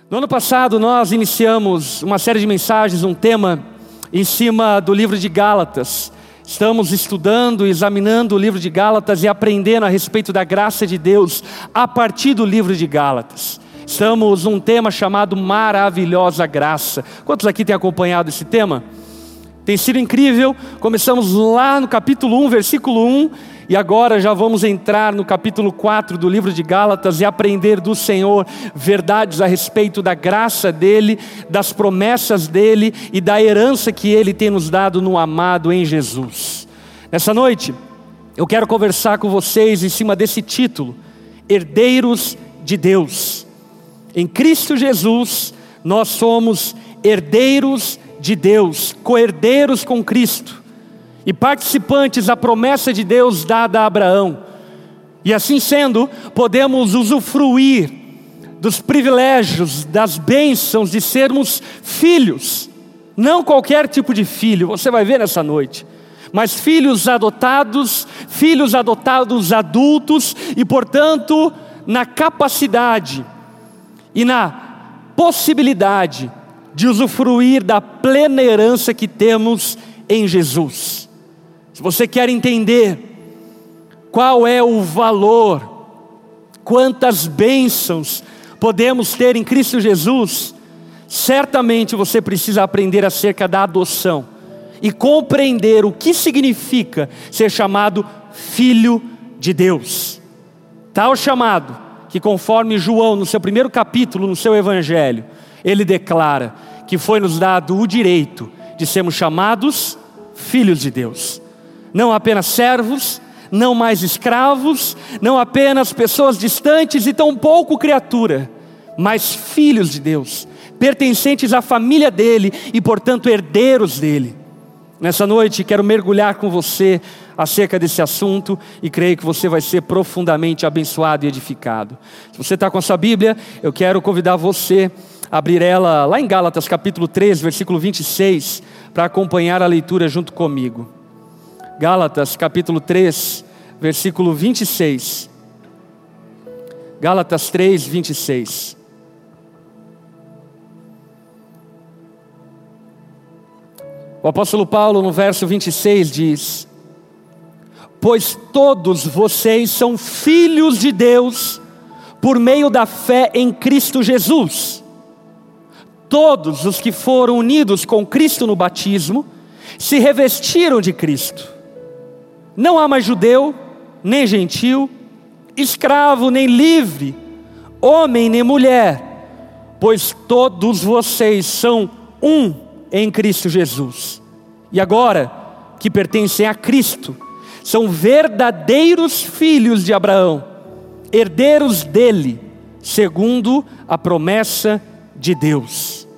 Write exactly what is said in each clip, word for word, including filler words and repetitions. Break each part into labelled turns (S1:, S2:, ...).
S1: No ano passado nós iniciamos uma série de mensagens, um tema em cima do livro de Gálatas. Estamos estudando, examinando o livro de Gálatas e aprendendo a respeito da graça de Deus a partir do livro de Gálatas. Estamos num tema chamado Maravilhosa Graça. Quantos aqui têm acompanhado esse tema? Tem sido incrível. Começamos lá no capítulo um, versículo um, e agora já vamos entrar no capítulo quatro do livro de Gálatas e aprender do Senhor verdades a respeito da graça dEle, das promessas dEle e da herança que Ele tem nos dado no amado em Jesus. Nessa noite, eu quero conversar com vocês em cima desse título: Herdeiros de Deus. Em Cristo Jesus, nós somos herdeiros de Deus, co-herdeiros com Cristo e participantes da promessa de Deus dada a Abraão. E assim sendo, podemos usufruir dos privilégios, das bênçãos de sermos filhos. Não qualquer tipo de filho, você vai ver nessa noite, mas filhos adotados, filhos adotados adultos e, portanto, na capacidade e na possibilidade de usufruir da plena herança que temos em Jesus. Se você quer entender qual é o valor, quantas bênçãos podemos ter em Cristo Jesus, certamente você precisa aprender acerca da adoção e compreender o que significa ser chamado filho de Deus. Tal chamado que, conforme João, no seu primeiro capítulo, no seu evangelho, ele declara que foi nos dado o direito de sermos chamados filhos de Deus. Não apenas servos, não mais escravos, não apenas pessoas distantes e tão pouco criatura, mas filhos de Deus, pertencentes à família dele e, portanto, herdeiros dele. Nessa noite quero mergulhar com você acerca desse assunto e creio que você vai ser profundamente abençoado e edificado. Se você está com a sua Bíblia, eu quero convidar você a abrir ela lá em Gálatas capítulo três, versículo vinte e seis, para acompanhar a leitura junto comigo. Gálatas capítulo três, versículo vinte e seis. Gálatas três, vinte e seis. O apóstolo Paulo, no verso vinte e seis, diz: pois todos vocês são filhos de Deus por meio da fé em Cristo Jesus. Todos os que foram unidos com Cristo no batismo se revestiram de Cristo. Não há mais judeu, nem gentil, escravo, nem livre, homem, nem mulher, pois todos vocês são um em Cristo Jesus. E agora que pertencem a Cristo, são verdadeiros filhos de Abraão, herdeiros dele, segundo a promessa de Deus.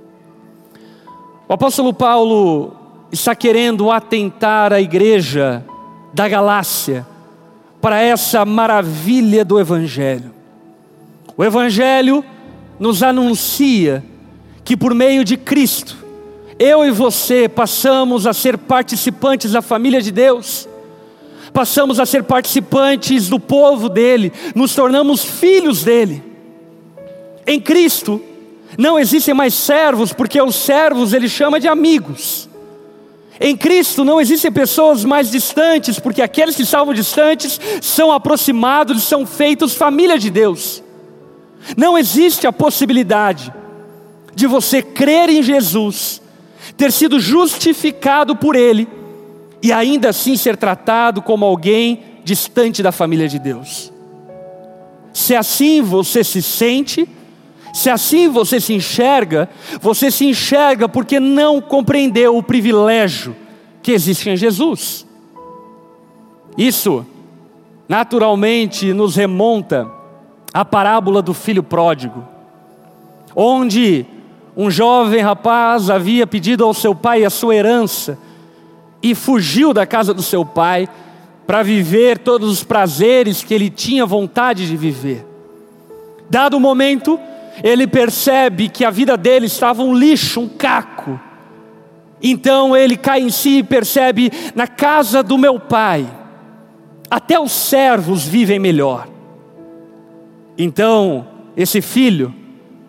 S1: O apóstolo Paulo está querendo atentar a igreja da Galácia para essa maravilha do Evangelho. O Evangelho nos anuncia que por meio de Cristo, eu e você passamos a ser participantes da família de Deus, passamos a ser participantes do povo dele, nos tornamos filhos dele. Em Cristo não existem mais servos, porque os servos ele chama de amigos. Em Cristo não existem pessoas mais distantes, porque aqueles que estavam distantes são aproximados e são feitos família de Deus. Não existe a possibilidade de você crer em Jesus, ter sido justificado por Ele e ainda assim ser tratado como alguém distante da família de Deus. Se assim você se sente, se assim você se enxerga, você se enxerga porque não compreendeu o privilégio que existe em Jesus. Isso naturalmente nos remonta à parábola do filho pródigo, onde um jovem rapaz havia pedido ao seu pai a sua herança e fugiu da casa do seu pai para viver todos os prazeres que ele tinha vontade de viver. Dado o momento, ele percebe que a vida dele estava um lixo, um caco. Então ele cai em si e percebe: na casa do meu pai, até os servos vivem melhor. Então esse filho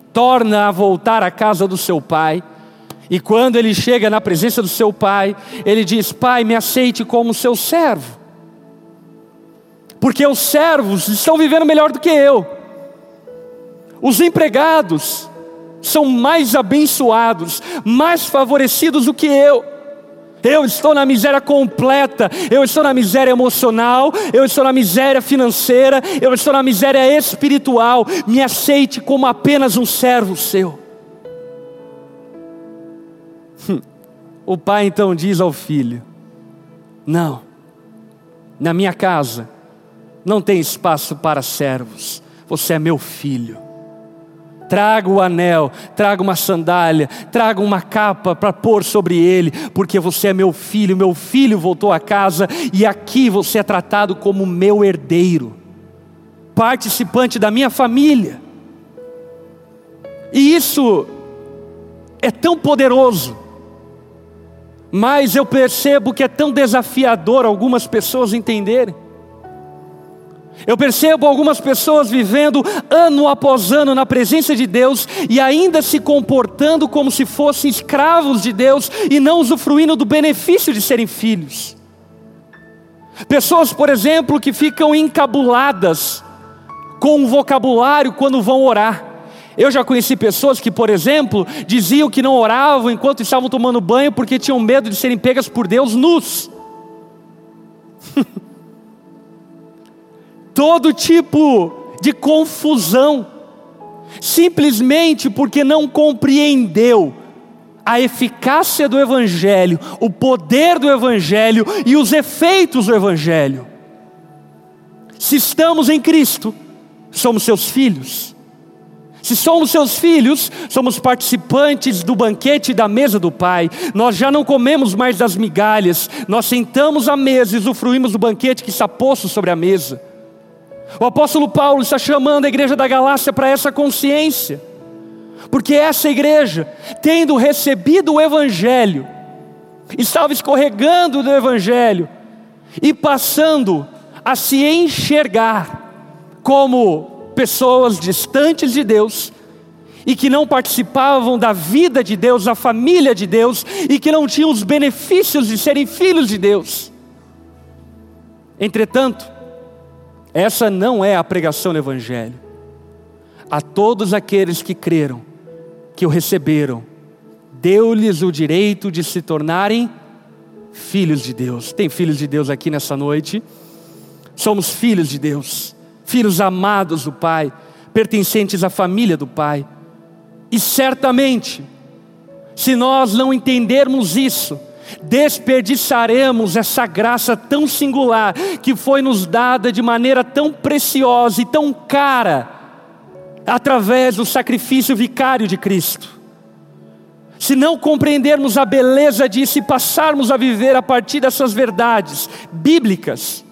S1: torna a voltar à casa do seu pai. E quando ele chega na presença do seu pai, ele diz: pai, me aceite como seu servo. Porque os servos estão vivendo melhor do que eu. Os empregados são mais abençoados, mais favorecidos do que eu. Eu estou na miséria completa, eu estou na miséria emocional, eu estou na miséria financeira, eu estou na miséria espiritual. Me aceite como apenas um servo seu. O pai então diz ao filho: não, na minha casa não tem espaço para servos, você é meu filho. Traga o anel, traga uma sandália, traga uma capa para pôr sobre ele, porque você é meu filho, meu filho voltou a casa e aqui você é tratado como meu herdeiro, participante da minha família. E isso é tão poderoso, mas eu percebo que é tão desafiador algumas pessoas entenderem. Eu percebo algumas pessoas vivendo ano após ano na presença de Deus e ainda se comportando como se fossem escravos de Deus e não usufruindo do benefício de serem filhos. Pessoas, por exemplo, que ficam encabuladas com o vocabulário quando vão orar. Eu já conheci pessoas que, por exemplo, diziam que não oravam enquanto estavam tomando banho porque tinham medo de serem pegas por Deus nus. Todo tipo de confusão, simplesmente porque não compreendeu a eficácia do Evangelho, o poder do Evangelho e os efeitos do Evangelho. Se estamos em Cristo, somos seus filhos. Se somos seus filhos, somos participantes do banquete da mesa do Pai. Nós já não comemos mais das migalhas, nós sentamos à mesa e usufruímos do banquete que está posto sobre a mesa. O apóstolo Paulo está chamando a igreja da Galácia para essa consciência, porque essa igreja, tendo recebido o Evangelho, estava escorregando do Evangelho e passando a se enxergar como pessoas distantes de Deus e que não participavam da vida de Deus, da família de Deus, e que não tinham os benefícios de serem filhos de Deus. Entretanto, essa não é a pregação do Evangelho. A todos aqueles que creram, que o receberam, deu-lhes o direito de se tornarem filhos de Deus. Tem filhos de Deus aqui nessa noite? Somos filhos de Deus, filhos amados do Pai, pertencentes à família do Pai. E certamente, se nós não entendermos isso, desperdiçaremos essa graça tão singular que foi nos dada de maneira tão preciosa e tão cara através do sacrifício vicário de Cristo. Se não compreendermos a beleza disso e passarmos a viver a partir dessas verdades bíblicas,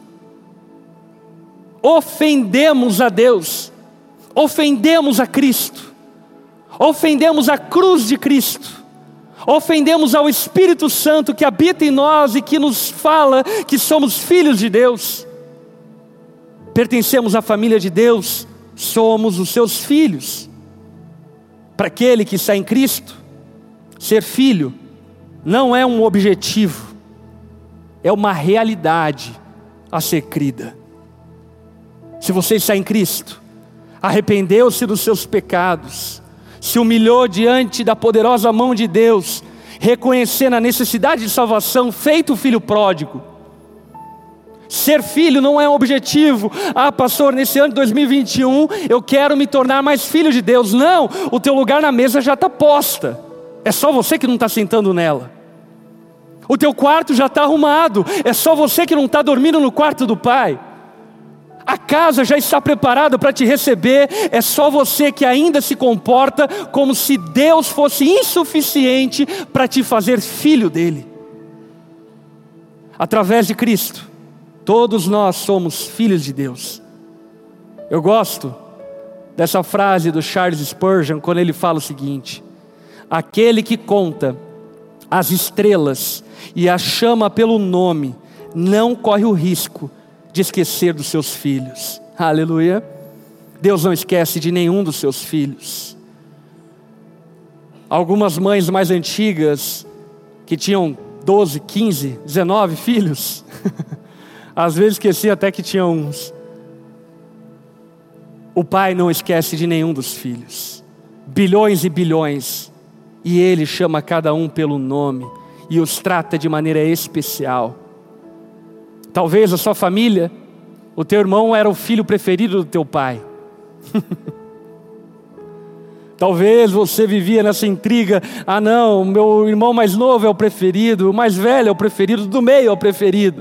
S1: ofendemos a Deus, ofendemos a Cristo, ofendemos a cruz de Cristo, ofendemos ao Espírito Santo que habita em nós e que nos fala que somos filhos de Deus. Pertencemos à família de Deus, somos os seus filhos. Para aquele que está em Cristo, ser filho não é um objetivo, é uma realidade a ser crida. Se você está em Cristo, arrependeu-se dos seus pecados, se humilhou diante da poderosa mão de Deus, reconhecendo a necessidade de salvação, feito o filho pródigo. Ser filho não é um objetivo. Ah, pastor, nesse ano de dois mil e vinte e um eu quero me tornar mais filho de Deus. Não, o teu lugar na mesa já está posta, é só você que não está sentando nela. O teu quarto já está arrumado, é só você que não está dormindo no quarto do Pai. A casa já está preparada para te receber, é só você que ainda se comporta como se Deus fosse insuficiente para te fazer filho dele. Através de Cristo, todos nós somos filhos de Deus. Eu gosto dessa frase do Charles Spurgeon, quando ele fala o seguinte: aquele que conta as estrelas e as chama pelo nome, não corre o risco de esquecer dos seus filhos. Aleluia. Deus não esquece de nenhum dos seus filhos. Algumas mães mais antigas, que tinham doze, quinze, dezenove filhos, às vezes esqueci até que tinha uns. O pai não esquece de nenhum dos filhos. Bilhões e bilhões. E ele chama cada um pelo nome e os trata de maneira especial. Talvez a sua família, o teu irmão era o filho preferido do teu pai. Talvez você vivia nessa intriga: ah não, meu irmão mais novo é o preferido, o mais velho é o preferido, do meio é o preferido.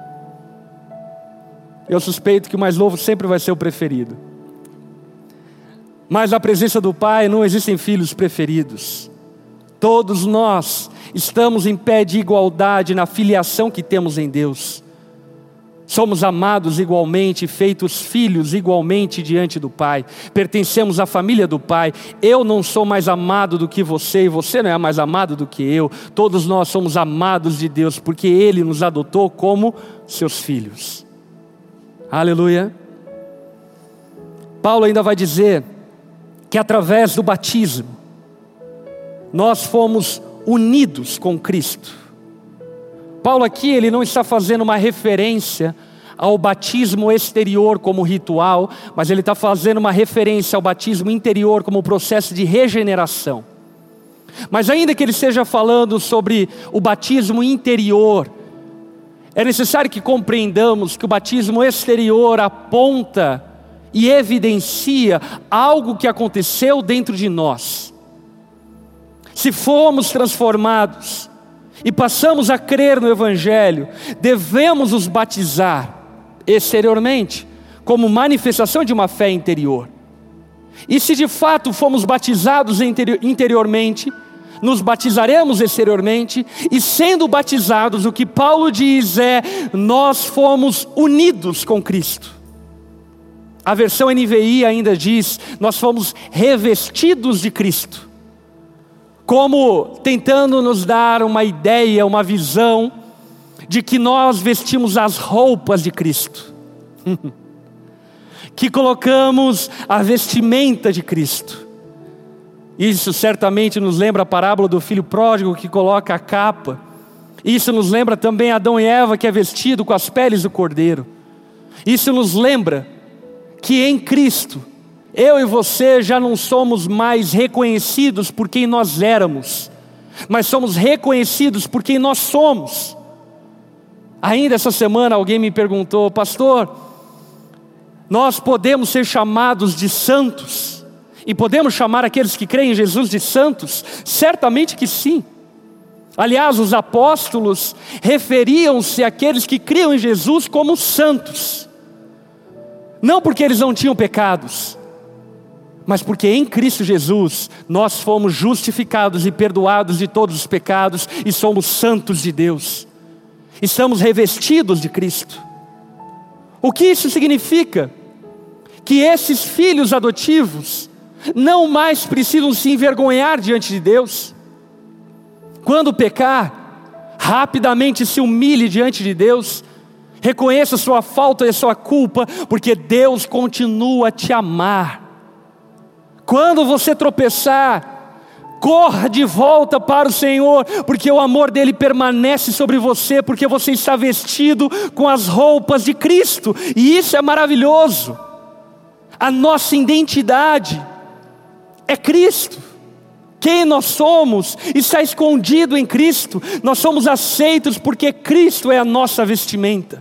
S1: Eu suspeito que o mais novo sempre vai ser o preferido. Mas na presença do Pai não existem filhos preferidos. Todos nós estamos em pé de igualdade na filiação que temos em Deus. Somos amados igualmente, feitos filhos igualmente diante do Pai. Pertencemos à família do Pai. Eu não sou mais amado do que você, e você não é mais amado do que eu. Todos nós somos amados de Deus, porque Ele nos adotou como seus filhos. Aleluia. Paulo ainda vai dizer que através do batismo, nós fomos unidos com Cristo. Paulo aqui, ele não está fazendo uma referência ao batismo exterior como ritual, mas ele está fazendo uma referência ao batismo interior como processo de regeneração. Mas ainda que ele esteja falando sobre o batismo interior, é necessário que compreendamos que o batismo exterior aponta e evidencia algo que aconteceu dentro de nós. Se fomos transformados e passamos a crer no Evangelho, devemos nos batizar exteriormente, como manifestação de uma fé interior. E se de fato fomos batizados interiormente, nos batizaremos exteriormente, e sendo batizados, o que Paulo diz é: nós fomos unidos com Cristo. A versão N V I ainda diz: nós fomos revestidos de Cristo. Como tentando nos dar uma ideia, uma visão de que nós vestimos as roupas de Cristo. Que colocamos a vestimenta de Cristo. Isso certamente nos lembra a parábola do filho pródigo que coloca a capa. Isso nos lembra também Adão e Eva, que é vestido com as peles do cordeiro. Isso nos lembra que em Cristo, eu e você já não somos mais reconhecidos por quem nós éramos, mas somos reconhecidos por quem nós somos. Ainda essa semana alguém me perguntou: pastor, nós podemos ser chamados de santos? E podemos chamar aqueles que creem em Jesus de santos? Certamente que sim. Aliás, os apóstolos referiam-se àqueles que criam em Jesus como santos. Não porque eles não tinham pecados, mas porque em Cristo Jesus nós fomos justificados e perdoados de todos os pecados e somos santos de Deus. Estamos revestidos de Cristo. O que isso significa? Que esses filhos adotivos não mais precisam se envergonhar diante de Deus. Quando pecar, rapidamente se humilhe diante de Deus, reconheça sua falta e sua culpa, porque Deus continua a te amar. Quando você tropeçar, corra de volta para o Senhor, porque o amor dele permanece sobre você, porque você está vestido com as roupas de Cristo, e isso é maravilhoso. A nossa identidade é Cristo. Quem nós somos está escondido em Cristo. Nós somos aceitos porque Cristo é a nossa vestimenta.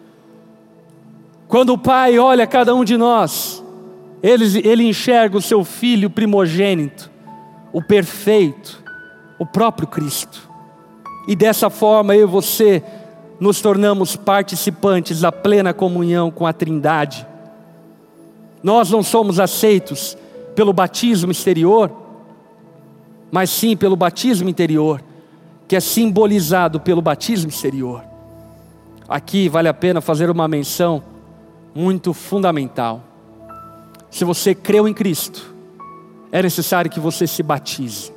S1: Quando o Pai olha cada um de nós, Ele, ele enxerga o seu Filho primogênito, o perfeito, o próprio Cristo. E dessa forma eu e você nos tornamos participantes da plena comunhão com a Trindade. Nós não somos aceitos pelo batismo exterior, mas sim pelo batismo interior, que é simbolizado pelo batismo exterior. Aqui vale a pena fazer uma menção muito fundamental. Se você creu em Cristo, é necessário que você se batize.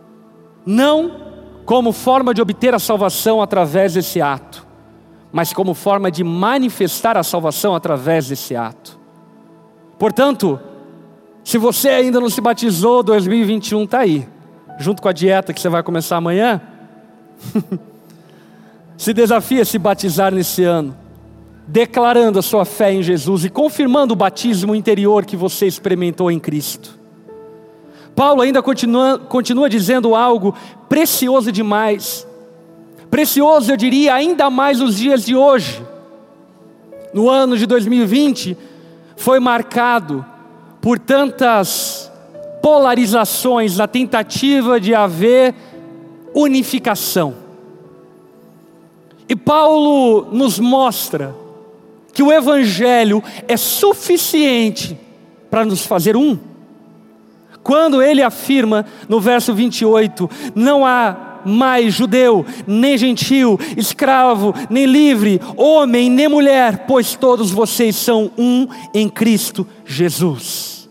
S1: Não como forma de obter a salvação através desse ato, mas como forma de manifestar a salvação através desse ato. Portanto, se você ainda não se batizou, dois mil e vinte e um está aí. junto com a dieta que você vai começar amanhã, se desafie a se batizar nesse ano, declarando a sua fé em Jesus e confirmando o batismo interior que você experimentou em Cristo. Paulo ainda continua, continua dizendo algo precioso demais. Precioso, eu diria, ainda mais nos dias de hoje. No ano de dois mil e vinte, foi marcado por tantas polarizações na tentativa de haver unificação. E Paulo nos mostra que o Evangelho é suficiente para nos fazer um. Quando ele afirma no verso vinte e oito, não há mais judeu, nem gentil, escravo, nem livre, homem, nem mulher, pois todos vocês são um em Cristo Jesus.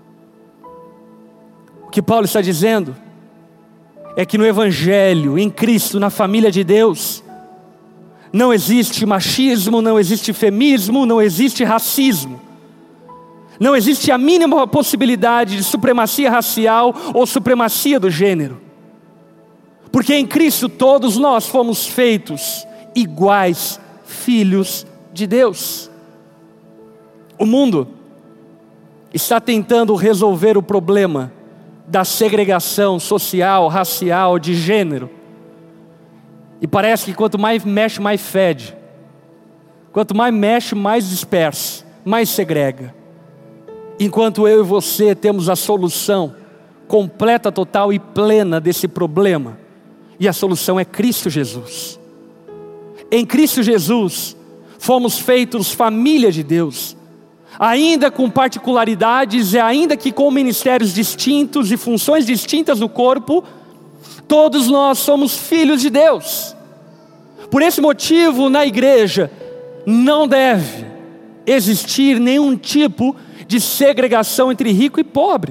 S1: O que Paulo está dizendo é que no Evangelho, em Cristo, na família de Deus, não existe machismo, não existe feminismo, não existe racismo. Não existe a mínima possibilidade de supremacia racial ou supremacia do gênero. Porque em Cristo todos nós fomos feitos iguais filhos de Deus. O mundo está tentando resolver o problema da segregação social, racial, de gênero. E parece que quanto mais mexe, mais fede. Quanto mais mexe, mais dispersa, mais segrega. Enquanto eu e você temos a solução completa, total e plena desse problema. E a solução é Cristo Jesus. Em Cristo Jesus, fomos feitos família de Deus. Ainda com particularidades e ainda que com ministérios distintos e funções distintas no corpo, todos nós somos filhos de Deus. Por esse motivo, na igreja, não deve existir nenhum tipo de segregação entre rico e pobre,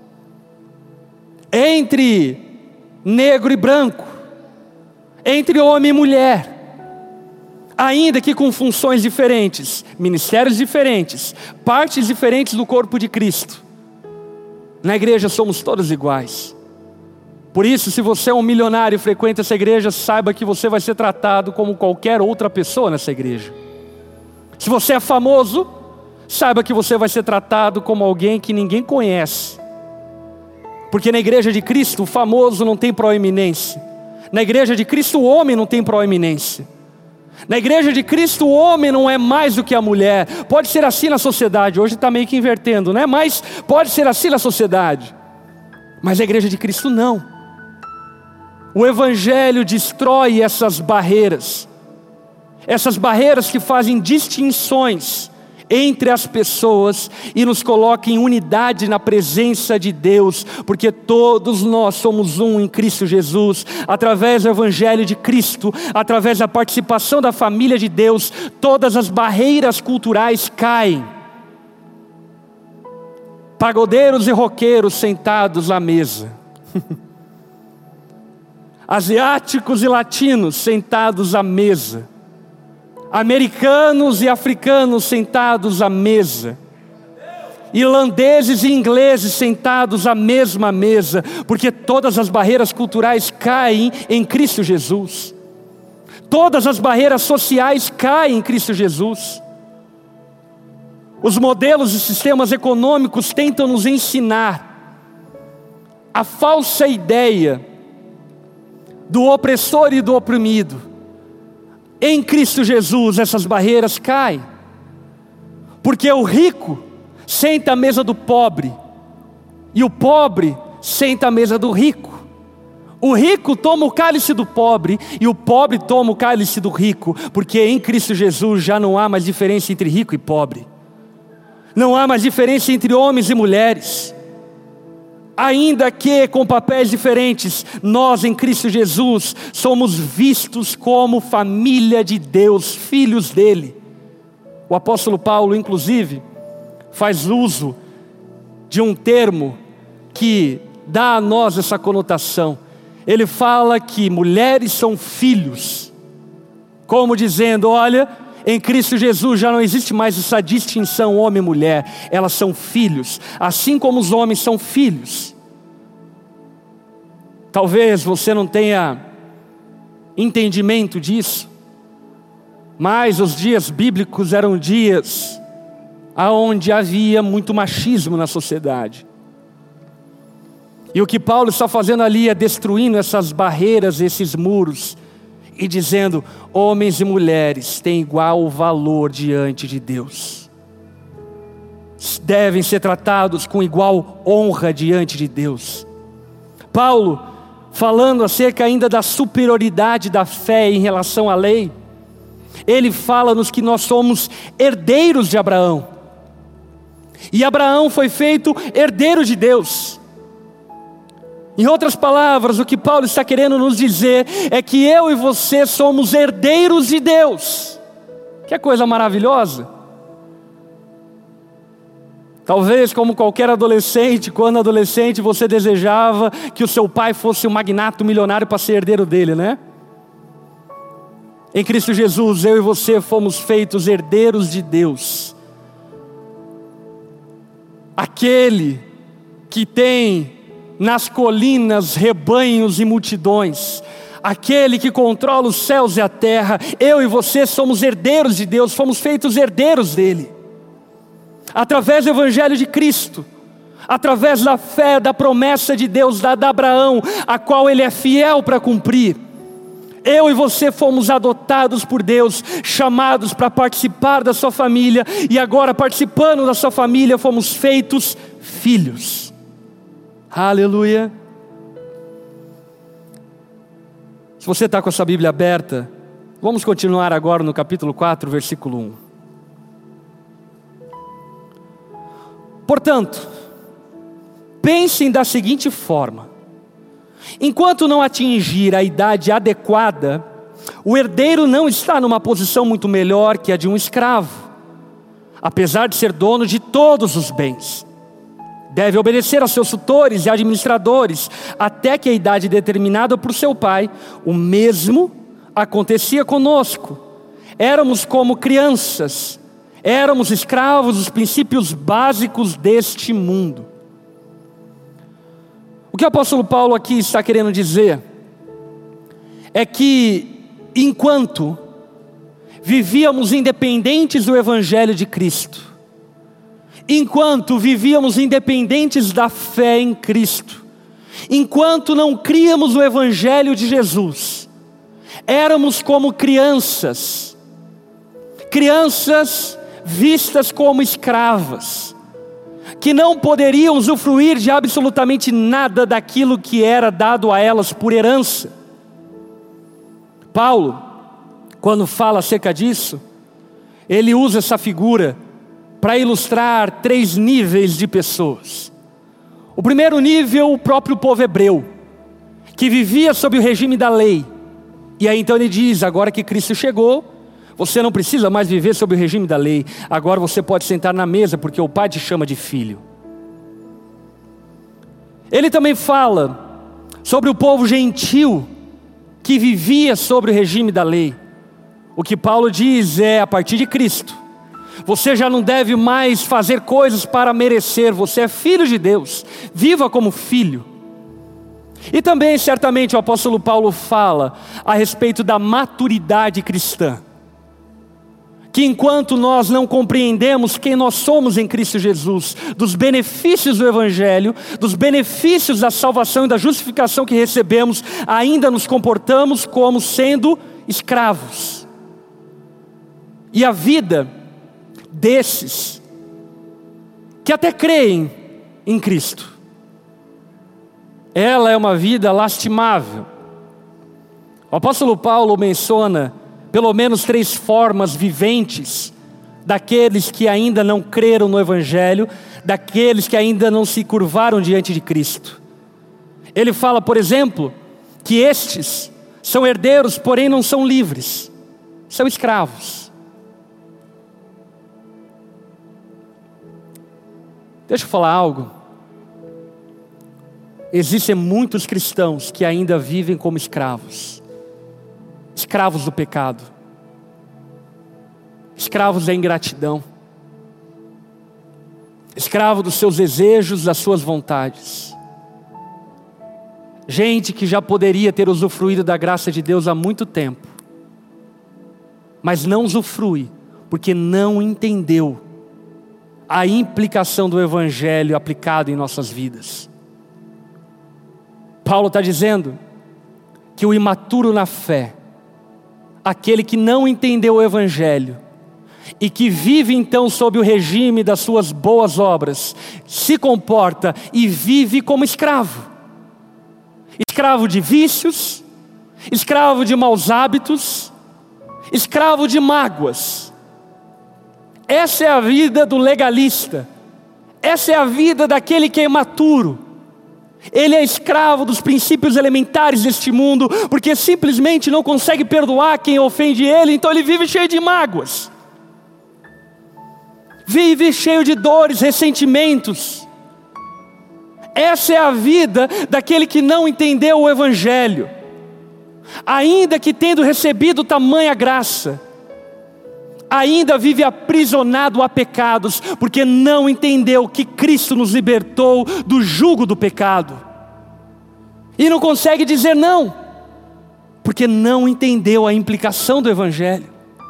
S1: entre negro e branco, entre homem e mulher, ainda que com funções diferentes, ministérios diferentes, partes diferentes do corpo de Cristo. Na igreja somos todos iguais. Por isso, se você é um milionário e frequenta essa igreja, saiba que você vai ser tratado como qualquer outra pessoa nessa igreja. Se você é famoso, saiba que você vai ser tratado como alguém que ninguém conhece. Porque na igreja de Cristo, o famoso não tem proeminência. Na igreja de Cristo, o homem não tem proeminência. Na igreja de Cristo, o homem não é mais do que a mulher. Pode ser assim na sociedade, hoje está meio que invertendo, né? Mas pode ser assim na sociedade. Mas a igreja de Cristo não. O Evangelho destrói essas barreiras. Essas barreiras que fazem distinções entre as pessoas e nos coloca em unidade na presença de Deus, porque todos nós somos um em Cristo Jesus, através do Evangelho de Cristo, através da participação da família de Deus, todas as barreiras culturais caem. Pagodeiros e roqueiros sentados à mesa, asiáticos e latinos sentados à mesa, americanos e africanos sentados à mesa, irlandeses e ingleses sentados à mesma mesa, porque todas as barreiras culturais caem em Cristo Jesus. Todas as barreiras sociais caem em Cristo Jesus. Os modelos e sistemas econômicos tentam nos ensinar a falsa ideia do opressor e do oprimido. Em Cristo Jesus essas barreiras caem, porque o rico senta à mesa do pobre, e o pobre senta à mesa do rico. O rico toma o cálice do pobre, e o pobre toma o cálice do rico, porque em Cristo Jesus já não há mais diferença entre rico e pobre. Não há mais diferença entre homens e mulheres. Ainda que com papéis diferentes, nós em Cristo Jesus somos vistos como família de Deus, filhos dele. O apóstolo Paulo, inclusive, faz uso de um termo que dá a nós essa conotação. Ele fala que mulheres são filhos, como dizendo, olha, em Cristo Jesus já não existe mais essa distinção homem e mulher, elas são filhos, assim como os homens são filhos. Talvez você não tenha entendimento disso, mas os dias bíblicos eram dias onde havia muito machismo na sociedade. E o que Paulo está fazendo ali é destruindo essas barreiras, esses muros, e dizendo: homens e mulheres têm igual valor diante de Deus. Devem ser tratados com igual honra diante de Deus. Paulo, falando acerca ainda da superioridade da fé em relação à lei, ele fala-nos que nós somos herdeiros de Abraão. E Abraão foi feito herdeiro de Deus. Em outras palavras, o que Paulo está querendo nos dizer é que eu e você somos herdeiros de Deus. Que coisa maravilhosa! Talvez, como qualquer adolescente, quando adolescente você desejava que o seu pai fosse um magnata, um milionário para ser herdeiro dele, né? Em Cristo Jesus, eu e você fomos feitos herdeiros de Deus. Aquele que tem nas colinas rebanhos e multidões, aquele que controla os céus e a terra, eu e você somos herdeiros de Deus, fomos feitos herdeiros dele. Através do Evangelho de Cristo, através da fé, da promessa de Deus dada a Abraão, a qual ele é fiel para cumprir. Eu e você fomos adotados por Deus, chamados para participar da sua família, e agora participando da sua família, fomos feitos filhos. Aleluia. Se você está com a sua Bíblia aberta, vamos continuar agora no capítulo quatro, versículo um. Portanto, pensem da seguinte forma: enquanto não atingir a idade adequada, o herdeiro não está numa posição muito melhor que a de um escravo, apesar de ser dono de todos os bens. Deve obedecer aos seus tutores e administradores, até que a idade determinada por seu pai. O mesmo acontecia conosco. Éramos como crianças, éramos escravos dos princípios básicos deste mundo. O que o apóstolo Paulo aqui está querendo dizer é que, enquanto vivíamos independentes do Evangelho de Cristo, enquanto vivíamos independentes da fé em Cristo, enquanto não críamos no Evangelho de Jesus, éramos como crianças, crianças vistas como escravas, que não poderiam usufruir de absolutamente nada daquilo que era dado a elas por herança. Paulo, quando fala acerca disso, ele usa essa figura para ilustrar três níveis de pessoas. O primeiro nível, o próprio povo hebreu, que vivia sob o regime da lei. E aí então ele diz: agora que Cristo chegou, você não precisa mais viver sob o regime da lei. Agora você pode sentar na mesa, porque o Pai te chama de filho. Ele também fala sobre o povo gentil, que vivia sobre o regime da lei. O que Paulo diz é: a partir de Cristo, você já não deve mais fazer coisas para merecer. Você é filho de Deus, viva como filho. E também certamente o apóstolo Paulo fala a respeito da maturidade cristã, que enquanto nós não compreendemos quem nós somos em Cristo Jesus, dos benefícios do Evangelho, dos benefícios da salvação e da justificação que recebemos, ainda nos comportamos como sendo escravos. E a vida desses que até creem em Cristo, ela é uma vida lastimável. O apóstolo Paulo menciona pelo menos três formas viventes daqueles que ainda não creram no Evangelho, daqueles que ainda não se curvaram diante de Cristo. Ele fala, por exemplo, que estes são herdeiros, porém não são livres, são escravos. Deixa eu falar algo. Existem muitos cristãos que ainda vivem como escravos, escravos do pecado, escravos da ingratidão, escravos dos seus desejos, das suas vontades. Gente que já poderia ter usufruído da graça de Deus há muito tempo, mas não usufrui, porque não entendeu a implicação do Evangelho aplicado em nossas vidas. Paulo está dizendo que o imaturo na fé, aquele que não entendeu o Evangelho, e que vive então sob o regime das suas boas obras, se comporta e vive como escravo. Escravo de vícios, escravo de maus hábitos, escravo de mágoas. Essa é a vida do legalista. Essa é a vida daquele que é imaturo. Ele é escravo dos princípios elementares deste mundo, porque simplesmente não consegue perdoar quem ofende ele, então ele vive cheio de mágoas. Vive cheio de dores, ressentimentos. Essa é a vida daquele que não entendeu o Evangelho, ainda que tendo recebido tamanha graça, ainda vive aprisionado a pecados, porque não entendeu que Cristo nos libertou do jugo do pecado, e não consegue dizer não, porque não entendeu a implicação do Evangelho.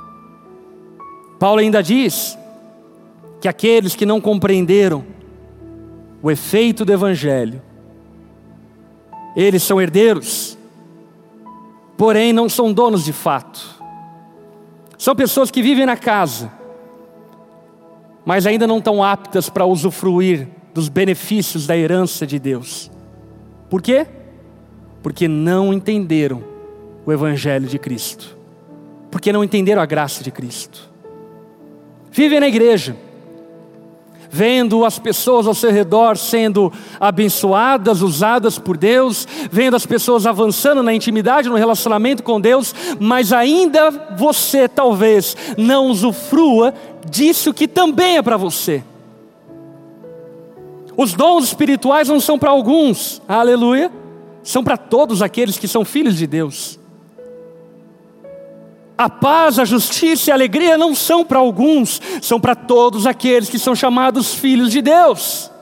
S1: Paulo ainda diz que aqueles que não compreenderam o efeito do Evangelho, eles são herdeiros, porém não são donos de fato. São pessoas que vivem na casa, mas ainda não estão aptas para usufruir dos benefícios da herança de Deus. Por quê? Porque não entenderam o Evangelho de Cristo, porque não entenderam a graça de Cristo. Vivem na igreja, vendo as pessoas ao seu redor sendo abençoadas, usadas por Deus, vendo as pessoas avançando na intimidade, no relacionamento com Deus, mas ainda você talvez não usufrua disso que também é para você. Os dons espirituais não são para alguns, aleluia, são para todos aqueles que são filhos de Deus. A paz, a justiça e a alegria não são para alguns, são para todos aqueles que são chamados filhos de Deus.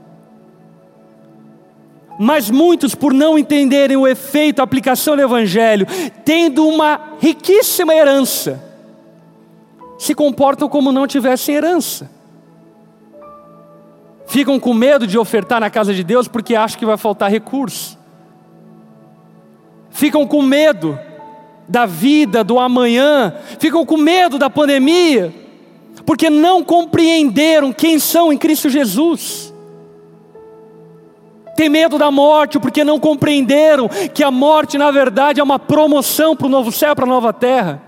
S1: Mas muitos, por não entenderem o efeito, a aplicação do Evangelho, tendo uma riquíssima herança, se comportam como não tivessem herança. Ficam com medo de ofertar na casa de Deus porque acham que vai faltar recurso. Ficam com medo da vida, do amanhã, ficam com medo da pandemia, porque não compreenderam quem são em Cristo Jesus. Tem medo da morte, porque não compreenderam que a morte na verdade é uma promoção para o novo céu, para a nova terra.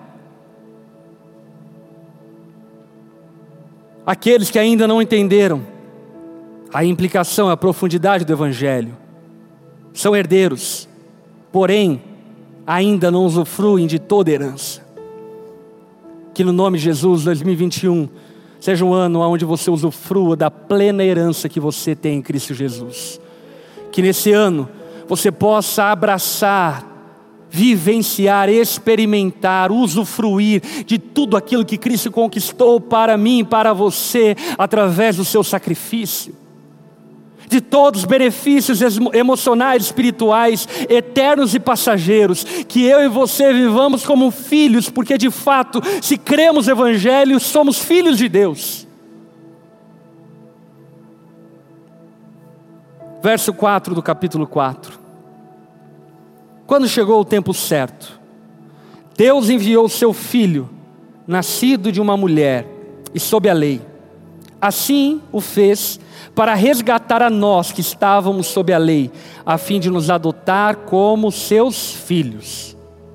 S1: Aqueles que ainda não entenderam a implicação, a profundidade do Evangelho, são herdeiros, porém ainda não usufruem de toda herança. Que no nome de Jesus, dois mil e vinte e um, seja um ano onde você usufrua da plena herança que você tem em Cristo Jesus. Que nesse ano você possa abraçar, vivenciar, experimentar, usufruir de tudo aquilo que Cristo conquistou para mim e para você, através do seu sacrifício. De todos os benefícios emocionais, espirituais, eternos e passageiros, que eu e você vivamos como filhos, porque de fato, se cremos no Evangelho, somos filhos de Deus. Verso quatro do capítulo quatro. Quando chegou o tempo certo, Deus enviou o seu Filho, nascido de uma mulher e sob a lei. Assim o fez para resgatar a nós que estávamos sob a lei, a fim de nos adotar como seus filhos.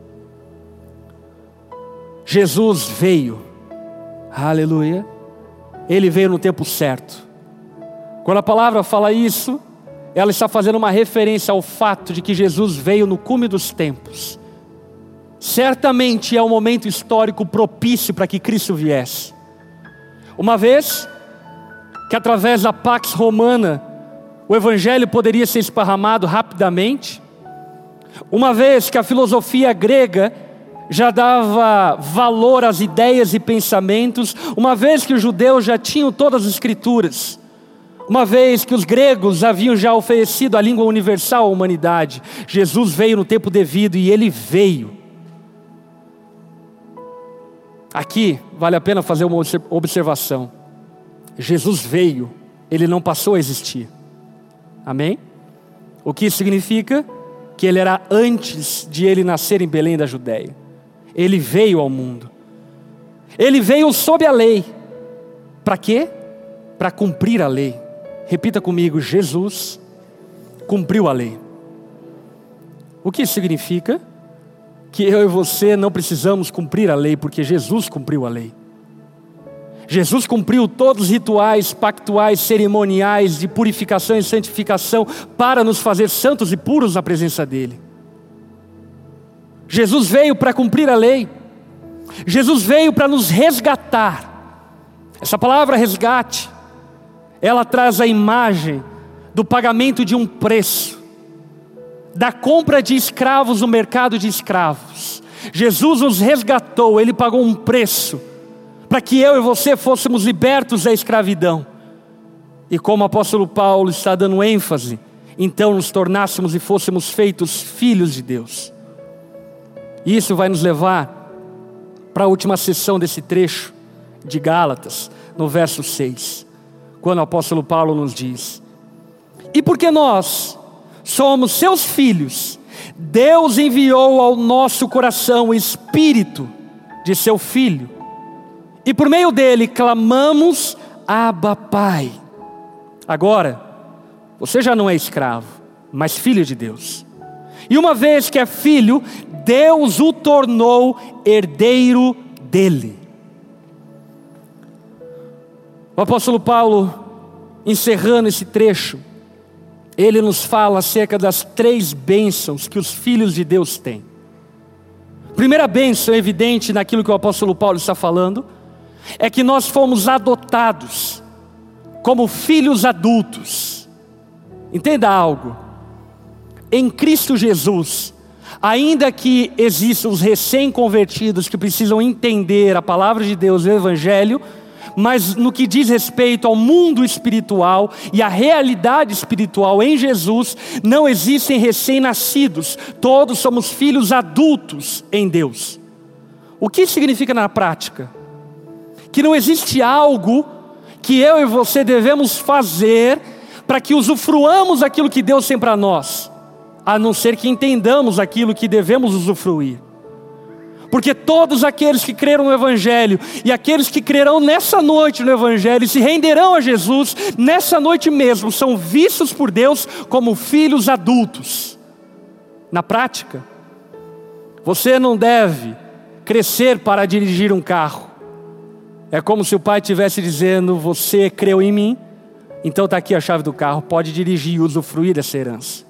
S1: Jesus veio, aleluia, Ele veio no tempo certo. Quando a palavra fala isso, ela está fazendo uma referência ao fato de que Jesus veio no cume dos tempos. Certamente é um momento histórico propício para que Cristo viesse. Uma vez que através da Pax Romana o Evangelho poderia ser esparramado rapidamente, uma vez que a filosofia grega já dava valor às ideias e pensamentos, uma vez que os judeus já tinham todas as escrituras, Uma vez que os gregos haviam já oferecido a língua universal à humanidade, Jesus veio no tempo devido e Ele veio. Aqui vale a pena fazer uma observação. Jesus veio, Ele não passou a existir. Amém? O que isso significa? Que Ele era antes de Ele nascer em Belém da Judéia. Ele veio ao mundo. Ele veio sob a lei. Para quê? Para cumprir a lei. Repita comigo: Jesus cumpriu a lei. O que isso significa? Que eu e você não precisamos cumprir a lei, porque Jesus cumpriu a lei. Jesus cumpriu todos os rituais pactuais, cerimoniais de purificação e santificação para nos fazer santos e puros na presença dEle. Jesus veio para cumprir a lei. Jesus veio para nos resgatar. Essa palavra resgate, ela traz a imagem do pagamento de um preço, da compra de escravos no mercado de escravos. Jesus nos resgatou, Ele pagou um preço, para que eu e você fôssemos libertos da escravidão. E como o apóstolo Paulo está dando ênfase, então nos tornássemos e fôssemos feitos filhos de Deus. E isso vai nos levar para a última sessão desse trecho de Gálatas, no verso seis. Quando o apóstolo Paulo nos diz: e porque nós somos seus filhos, Deus enviou ao nosso coração o Espírito de seu Filho, e por meio dele clamamos: Abba, Pai. Agora, você já não é escravo, mas filho de Deus. E uma vez que é filho, Deus o tornou herdeiro dele. O apóstolo Paulo, encerrando esse trecho, ele nos fala acerca das três bênçãos que os filhos de Deus têm. Primeira bênção, evidente naquilo que o apóstolo Paulo está falando, é que nós fomos adotados como filhos adultos. Entenda algo: em Cristo Jesus, ainda que existam os recém-convertidos que precisam entender a palavra de Deus e o Evangelho, mas no que diz respeito ao mundo espiritual e à realidade espiritual em Jesus, não existem recém-nascidos, todos somos filhos adultos em Deus. O que isso significa na prática? Que não existe algo que eu e você devemos fazer para que usufruamos aquilo que Deus tem para nós, a não ser que entendamos aquilo que devemos usufruir. Porque todos aqueles que creram no Evangelho e aqueles que crerão nessa noite no Evangelho e se renderão a Jesus, nessa noite mesmo, são vistos por Deus como filhos adultos. Na prática, você não deve crescer para dirigir um carro. É como se o pai estivesse dizendo: você creu em mim, então está aqui a chave do carro, pode dirigir e usufruir dessa herança.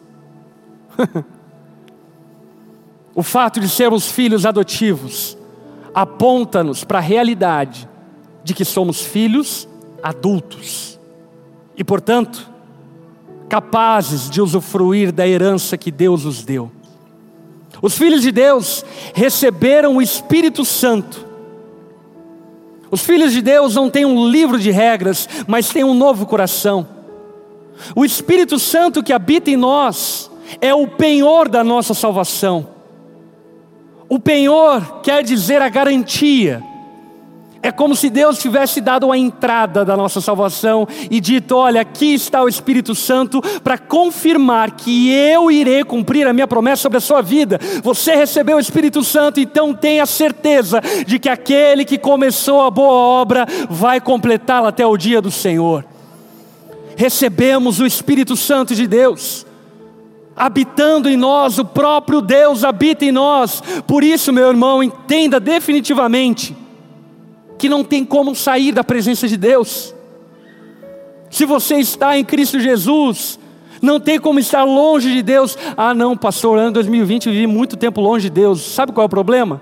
S1: O fato de sermos filhos adotivos aponta-nos para a realidade de que somos filhos adultos e, portanto, capazes de usufruir da herança que Deus nos deu. Os filhos de Deus receberam o Espírito Santo. Os filhos de Deus não têm um livro de regras, mas têm um novo coração. O Espírito Santo que habita em nós é o penhor da nossa salvação. O penhor quer dizer a garantia. É como se Deus tivesse dado a entrada da nossa salvação e dito: olha, aqui está o Espírito Santo para confirmar que eu irei cumprir a minha promessa sobre a sua vida. Você recebeu o Espírito Santo, então tenha certeza de que aquele que começou a boa obra vai completá-la até o dia do Senhor. Recebemos o Espírito Santo de Deus habitando em nós, o próprio Deus habita em nós. Por isso, meu irmão, entenda definitivamente que não tem como sair da presença de Deus. Se você está em Cristo Jesus, não tem como estar longe de Deus. Ah não, pastor, ano dois mil e vinte eu vivi muito tempo longe de Deus. Sabe qual é o problema?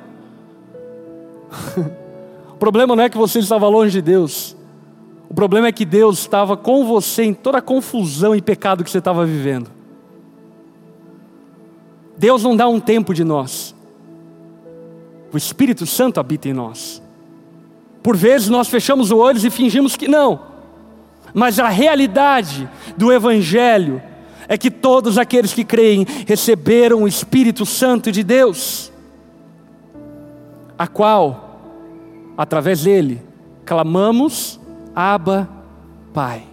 S1: O problema não é que você estava longe de Deus. O problema é que Deus estava com você em toda a confusão e pecado que você estava vivendo. Deus não dá um tempo de nós. O Espírito Santo habita em nós. Por vezes nós fechamos os olhos e fingimos que não. Mas a realidade do Evangelho é que todos aqueles que creem receberam o Espírito Santo de Deus, a qual, através dele, clamamos, Abba, Pai.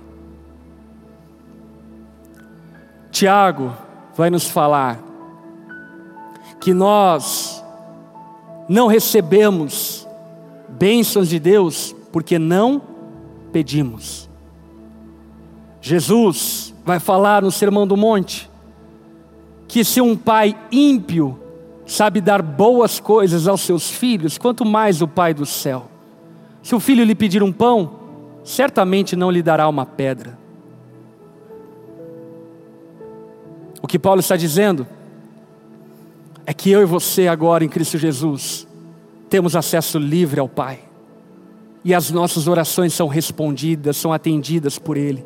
S1: Tiago vai nos falar que nós não recebemos bênçãos de Deus porque não pedimos. Jesus vai falar no Sermão do Monte que se um pai ímpio sabe dar boas coisas aos seus filhos, quanto mais o Pai do céu. Se o filho lhe pedir um pão, certamente não lhe dará uma pedra. O que Paulo está dizendo é que eu e você agora em Cristo Jesus temos acesso livre ao Pai, e as nossas orações são respondidas, são atendidas por Ele.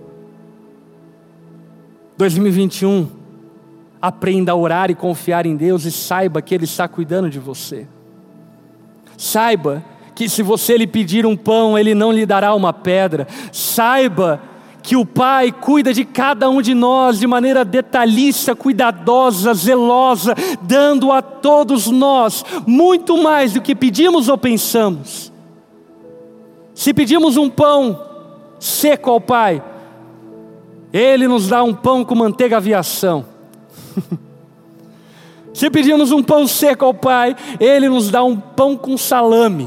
S1: dois mil e vinte e um, aprenda a orar e confiar em Deus, e saiba que Ele está cuidando de você. Saiba que se você lhe pedir um pão, Ele não lhe dará uma pedra. Saiba que o Pai cuida de cada um de nós de maneira detalhista, cuidadosa, zelosa, dando a todos nós muito mais do que pedimos ou pensamos. Se pedimos um pão seco ao Pai, Ele nos dá um pão com manteiga aviação. Se pedimos um pão seco ao Pai, Ele nos dá um pão com salame.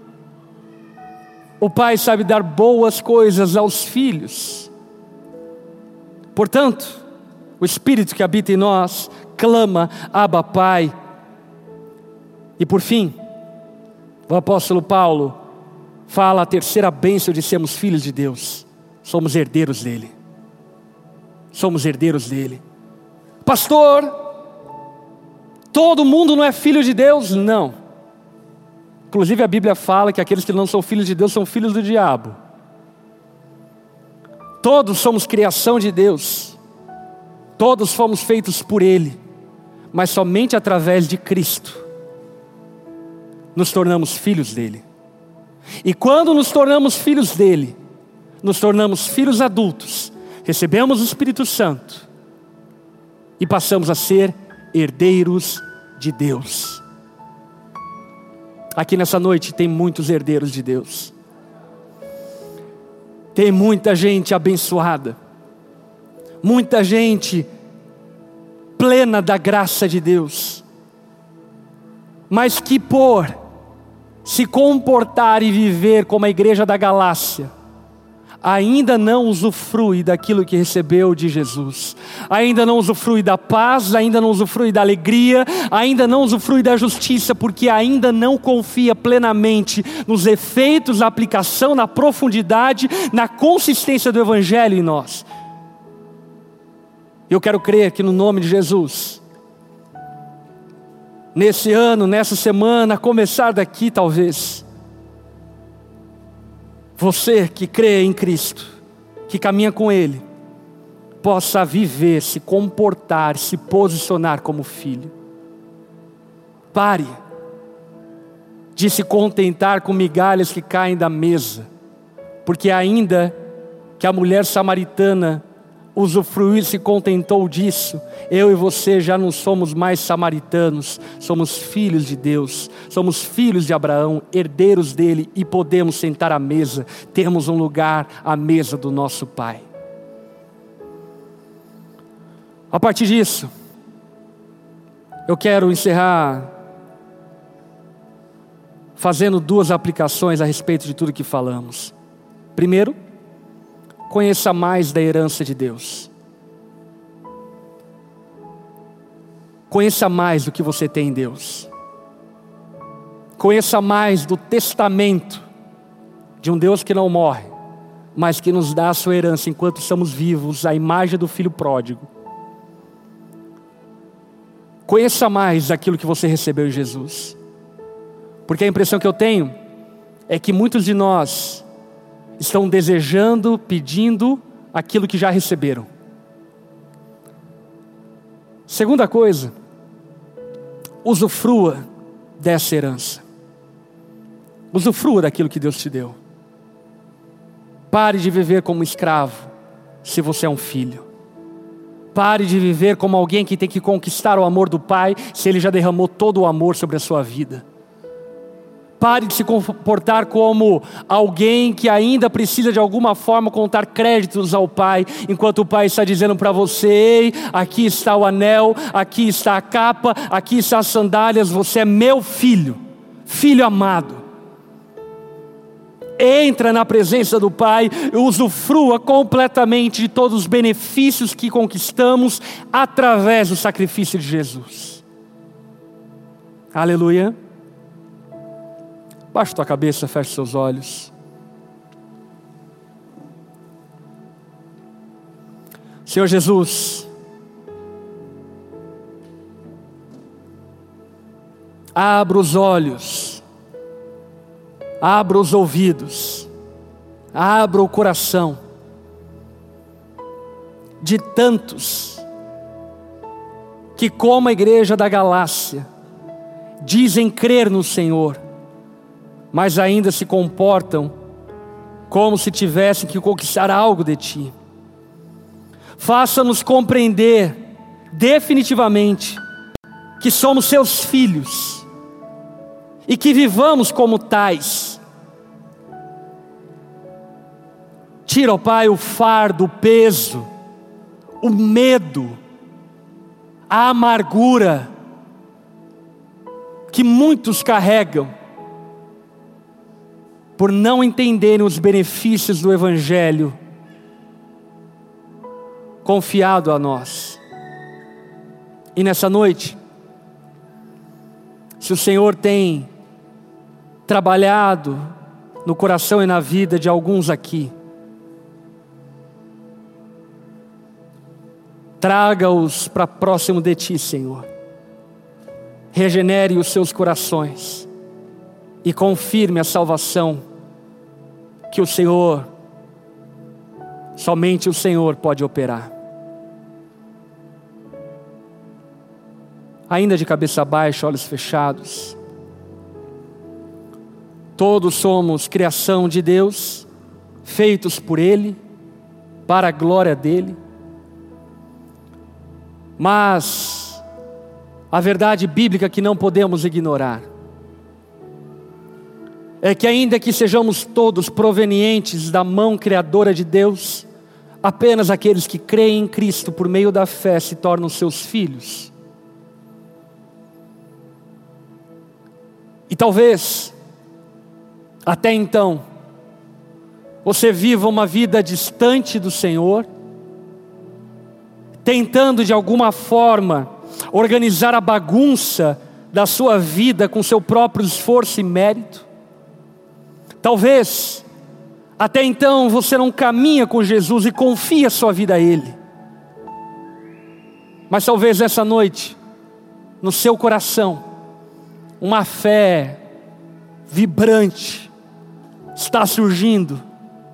S1: O Pai sabe dar boas coisas aos filhos. Portanto, o Espírito que habita em nós clama, Abba, Pai. E por fim, o apóstolo Paulo fala a terceira bênção de sermos filhos de Deus. Somos herdeiros dele. Somos herdeiros dele. Pastor, todo mundo não é filho de Deus? Não. Inclusive a Bíblia fala que aqueles que não são filhos de Deus são filhos do diabo. Todos somos criação de Deus. Todos fomos feitos por Ele. Mas somente através de Cristo nos tornamos filhos dele. E quando nos tornamos filhos dele, nos tornamos filhos adultos, recebemos o Espírito Santo e passamos a ser herdeiros de Deus. Aqui nessa noite tem muitos herdeiros de Deus. Tem muita gente abençoada, muita gente plena da graça de Deus, mas que por se comportar e viver como a igreja da Galácia, ainda não usufrui daquilo que recebeu de Jesus, ainda não usufrui da paz, ainda não usufrui da alegria, ainda não usufrui da justiça, porque ainda não confia plenamente nos efeitos, na aplicação, na profundidade, na consistência do Evangelho em nós. Eu quero crer que no nome de Jesus, nesse ano, nessa semana, a começar daqui talvez, você que crê em Cristo, que caminha com Ele, possa viver, se comportar, se posicionar como filho. Pare de se contentar com migalhas que caem da mesa, porque ainda que a mulher samaritana usufruiu e se contentou disso, eu e você já não somos mais samaritanos, somos filhos de Deus, somos filhos de Abraão, herdeiros dele, e podemos sentar à mesa, temos um lugar à mesa do nosso Pai. A partir disso, eu quero encerrar fazendo duas aplicações a respeito de tudo que falamos. Primeiro, conheça mais da herança de Deus. Conheça mais do que você tem em Deus. Conheça mais do testamento de um Deus que não morre, mas que nos dá a sua herança enquanto estamos vivos, a imagem do Filho pródigo. Conheça mais daquilo que você recebeu em Jesus. Porque a impressão que eu tenho é que muitos de nós estão desejando, pedindo aquilo que já receberam. Segunda coisa, usufrua dessa herança. Usufrua daquilo que Deus te deu. Pare de viver como escravo, se você é um filho. Pare de viver como alguém que tem que conquistar o amor do Pai, se Ele já derramou todo o amor sobre a sua vida. Pare de se comportar como alguém que ainda precisa de alguma forma contar créditos ao Pai, enquanto o Pai está dizendo para você: ei, aqui está o anel, aqui está a capa, aqui estão as sandálias, você é meu filho, filho amado. Entra na presença do Pai e usufrua completamente de todos os benefícios que conquistamos através do sacrifício de Jesus. Aleluia. Baixa tua cabeça, feche seus olhos. Senhor Jesus, abra os olhos, abra os ouvidos, abra o coração de tantos que, como a igreja da Galácia, dizem crer no Senhor, mas ainda se comportam como se tivessem que conquistar algo de Ti. Faça-nos compreender definitivamente que somos Seus filhos e que vivamos como tais. Tira, ó Pai, o fardo, o peso, o medo, a amargura que muitos carregam por não entenderem os benefícios do Evangelho confiado a nós. E nessa noite, se o Senhor tem trabalhado no coração e na vida de alguns aqui, traga-os para próximo de Ti, Senhor. Regenere os seus corações e confirme a salvação que o Senhor, somente o Senhor pode operar. Ainda de cabeça baixa, olhos fechados. Todos somos criação de Deus, feitos por Ele, para a glória dEle. Mas a verdade bíblica que não podemos ignorar é que, ainda que sejamos todos provenientes da mão criadora de Deus, apenas aqueles que creem em Cristo por meio da fé se tornam seus filhos. E talvez, até então, você viva uma vida distante do Senhor, tentando de alguma forma organizar a bagunça da sua vida com seu próprio esforço e mérito. Talvez, até então, você não caminha com Jesus e confia sua vida a Ele. Mas talvez essa noite, no seu coração, uma fé vibrante está surgindo,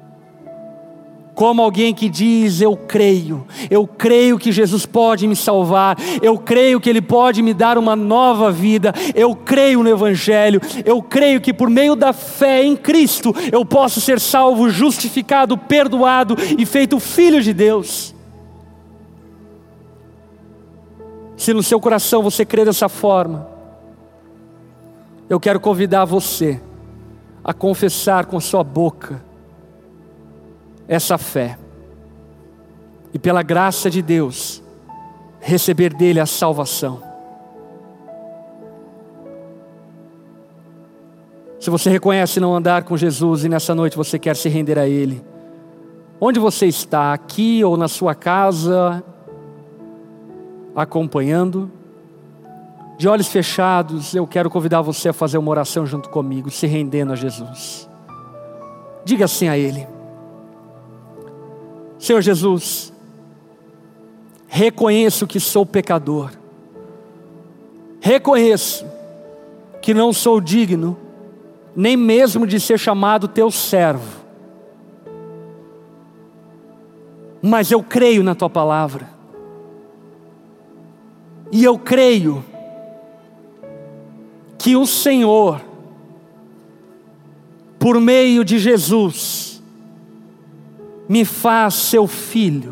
S1: como alguém que diz: eu creio, eu creio que Jesus pode me salvar, eu creio que Ele pode me dar uma nova vida, eu creio no Evangelho, eu creio que por meio da fé em Cristo, eu posso ser salvo, justificado, perdoado e feito filho de Deus. Se no seu coração você crê dessa forma, eu quero convidar você a confessar com a sua boca essa fé, e pela graça de Deus, receber dele a salvação. Se você reconhece não andar com Jesus e nessa noite você quer se render a Ele, onde você está, aqui ou na sua casa, acompanhando, de olhos fechados, eu quero convidar você a fazer uma oração junto comigo, se rendendo a Jesus. Diga assim a Ele: Senhor Jesus, reconheço que sou pecador, reconheço que não sou digno, nem mesmo de ser chamado teu servo, mas eu creio na tua palavra, e eu creio que o Senhor, por meio de Jesus, me faz seu filho.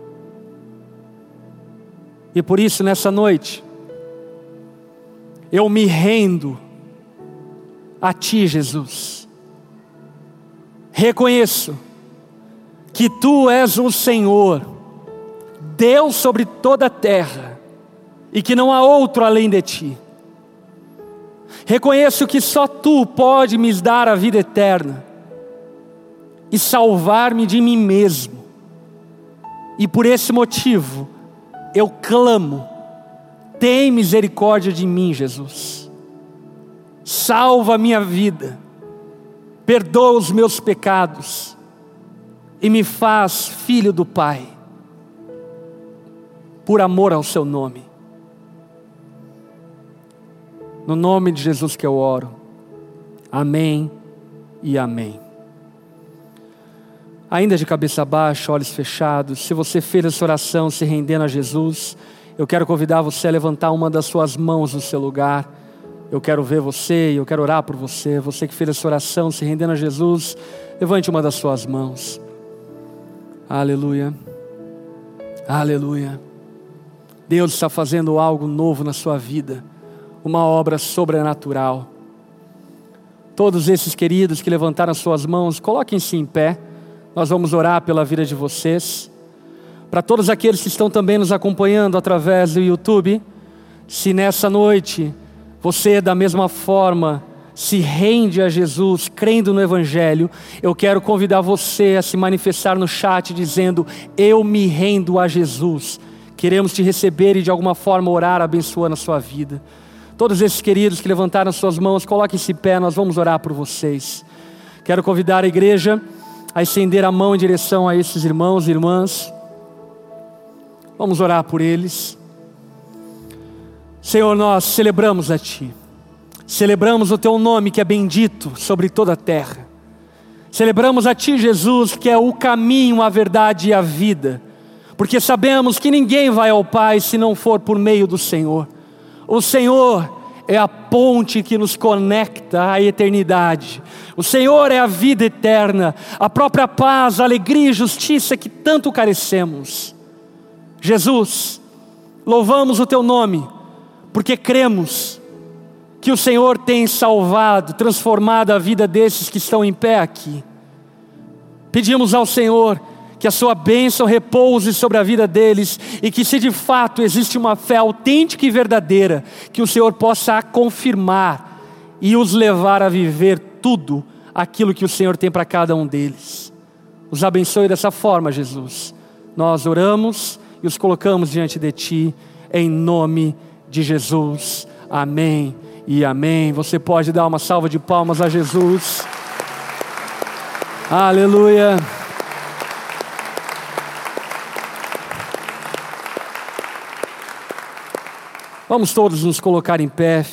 S1: E por isso nessa noite, eu me rendo a Ti, Jesus. Reconheço que Tu és o Senhor, Deus sobre toda a terra, e que não há outro além de Ti. Reconheço que só Tu pode me dar a vida eterna e salvar-me de mim mesmo. E por esse motivo, eu clamo, tem misericórdia de mim, Jesus. Salva a minha vida, perdoa os meus pecados e me faz filho do Pai, por amor ao Seu nome. No nome de Jesus que eu oro. Amém e amém. Ainda de cabeça baixa, olhos fechados, se você fez essa oração se rendendo a Jesus, eu quero convidar você a levantar uma das suas mãos no seu lugar. Eu quero ver você e eu quero orar por você. Você que fez essa oração se rendendo a Jesus, levante uma das suas mãos. Aleluia. Aleluia. Deus está fazendo algo novo na sua vida, uma obra sobrenatural. Todos esses queridos que levantaram suas mãos, coloquem-se em pé. Nós vamos orar pela vida de vocês. Para todos aqueles que estão também nos acompanhando através do YouTube, se nessa noite você da mesma forma se rende a Jesus, crendo no Evangelho, eu quero convidar você a se manifestar no chat dizendo: eu me rendo a Jesus. Queremos te receber e de alguma forma orar, abençoando a sua vida. Todos esses queridos que levantaram suas mãos, coloquem-se em pé, nós vamos orar por vocês. Quero convidar a igreja a estender a mão em direção a esses irmãos e irmãs. Vamos orar por eles. Senhor, nós celebramos a Ti. Celebramos o Teu nome que é bendito sobre toda a terra. Celebramos a Ti, Jesus, que é o caminho, a verdade e a vida. Porque sabemos que ninguém vai ao Pai se não for por meio do Senhor. O Senhor é a ponte que nos conecta à eternidade. O Senhor é a vida eterna, a própria paz, a alegria e justiça que tanto carecemos. Jesus, louvamos o Teu nome, porque cremos que o Senhor tem salvado, transformado a vida desses que estão em pé aqui. Pedimos ao Senhor que a Sua bênção repouse sobre a vida deles e que, se de fato existe uma fé autêntica e verdadeira, que o Senhor possa a confirmar e os levar a viver tudo aquilo que o Senhor tem para cada um deles. Os abençoe dessa forma, Jesus. Nós oramos e os colocamos diante de Ti, em nome de Jesus. Amém e amém. Você pode dar uma salva de palmas a Jesus. Aleluia. Vamos todos nos colocar em pé.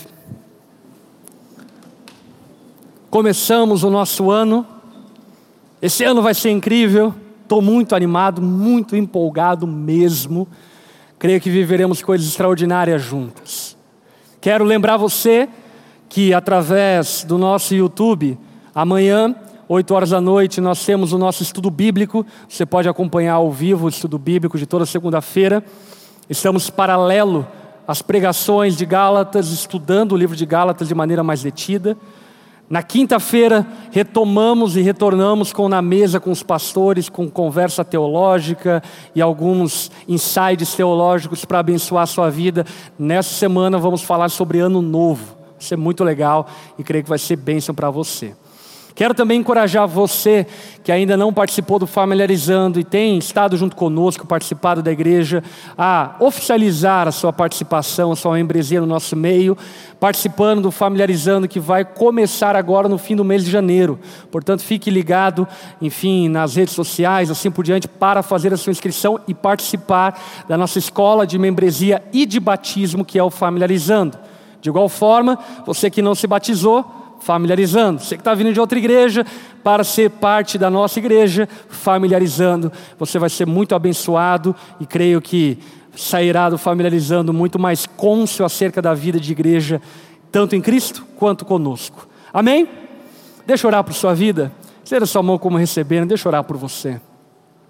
S1: Começamos o nosso ano. Esse ano vai ser incrível. Estou muito animado, muito empolgado mesmo. Creio que viveremos coisas extraordinárias juntas. Quero lembrar você que através do nosso YouTube, amanhã, oito horas da noite, nós temos o nosso estudo bíblico. Você pode acompanhar ao vivo o estudo bíblico de toda segunda-feira. Estamos paralelo às pregações de Gálatas, estudando o livro de Gálatas de maneira mais detida. Na quinta-feira, retomamos e retornamos com Na Mesa com os pastores, com conversa teológica e alguns insights teológicos para abençoar a sua vida. Nessa semana vamos falar sobre Ano Novo. Vai ser muito legal e creio que vai ser bênção para você. Quero também encorajar você que ainda não participou do Familiarizando e tem estado junto conosco, participado da igreja, a oficializar a sua participação, a sua membresia no nosso meio, participando do Familiarizando que vai começar agora no fim do mês de janeiro. Portanto, fique ligado, enfim, nas redes sociais, assim por diante, para fazer a sua inscrição e participar da nossa escola de membresia e de batismo, que é o Familiarizando. De igual forma, você que não se batizou, Familiarizando. Você que está vindo de outra igreja para ser parte da nossa igreja, Familiarizando. Você vai ser muito abençoado e creio que sairá do Familiarizando muito mais cônscio acerca da vida de igreja, tanto em Cristo quanto conosco. Amém? Deixa eu orar por sua vida. Estenda sua mão como recebendo, deixa eu orar por você.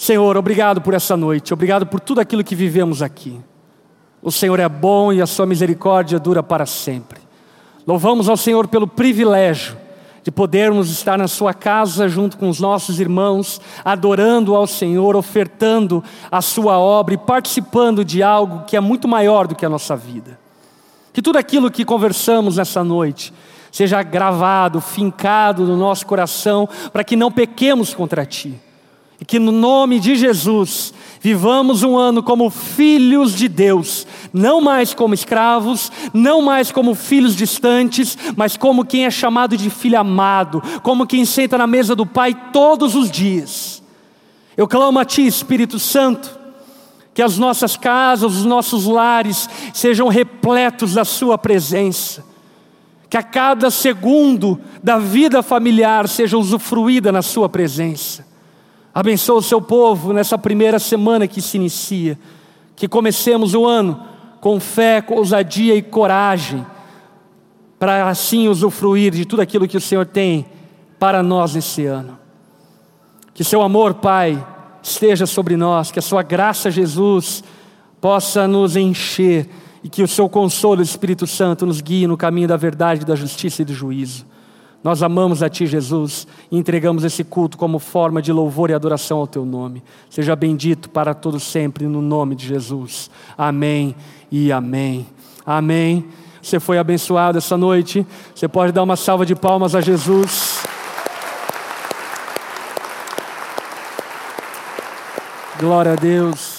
S1: Senhor, obrigado por essa noite, obrigado por tudo aquilo que vivemos aqui. O Senhor é bom e a sua misericórdia dura para sempre. Louvamos ao Senhor pelo privilégio de podermos estar na sua casa junto com os nossos irmãos, adorando ao Senhor, ofertando a sua obra e participando de algo que é muito maior do que a nossa vida. Que tudo aquilo que conversamos nessa noite seja gravado, fincado no nosso coração, para que não pequemos contra Ti. E que no nome de Jesus, vivamos um ano como filhos de Deus, não mais como escravos, não mais como filhos distantes, mas como quem é chamado de filho amado, como quem senta na mesa do Pai todos os dias. Eu clamo a Ti, Espírito Santo, que as nossas casas, os nossos lares sejam repletos da Sua presença, que a cada segundo da vida familiar seja usufruída na Sua presença. Abençoa o Seu povo nessa primeira semana que se inicia, que comecemos o ano com fé, ousadia e coragem, para assim usufruir de tudo aquilo que o Senhor tem para nós nesse ano. Que Seu amor, Pai, esteja sobre nós, que a Sua graça, Jesus, possa nos encher, e que o Seu consolo, Espírito Santo, nos guie no caminho da verdade, da justiça e do juízo. Nós amamos a Ti, Jesus, e entregamos esse culto como forma de louvor e adoração ao Teu nome. Seja bendito para todos sempre, no nome de Jesus. Amém e amém. Amém. Você foi abençoado essa noite. Você pode dar uma salva de palmas a Jesus. Glória a Deus.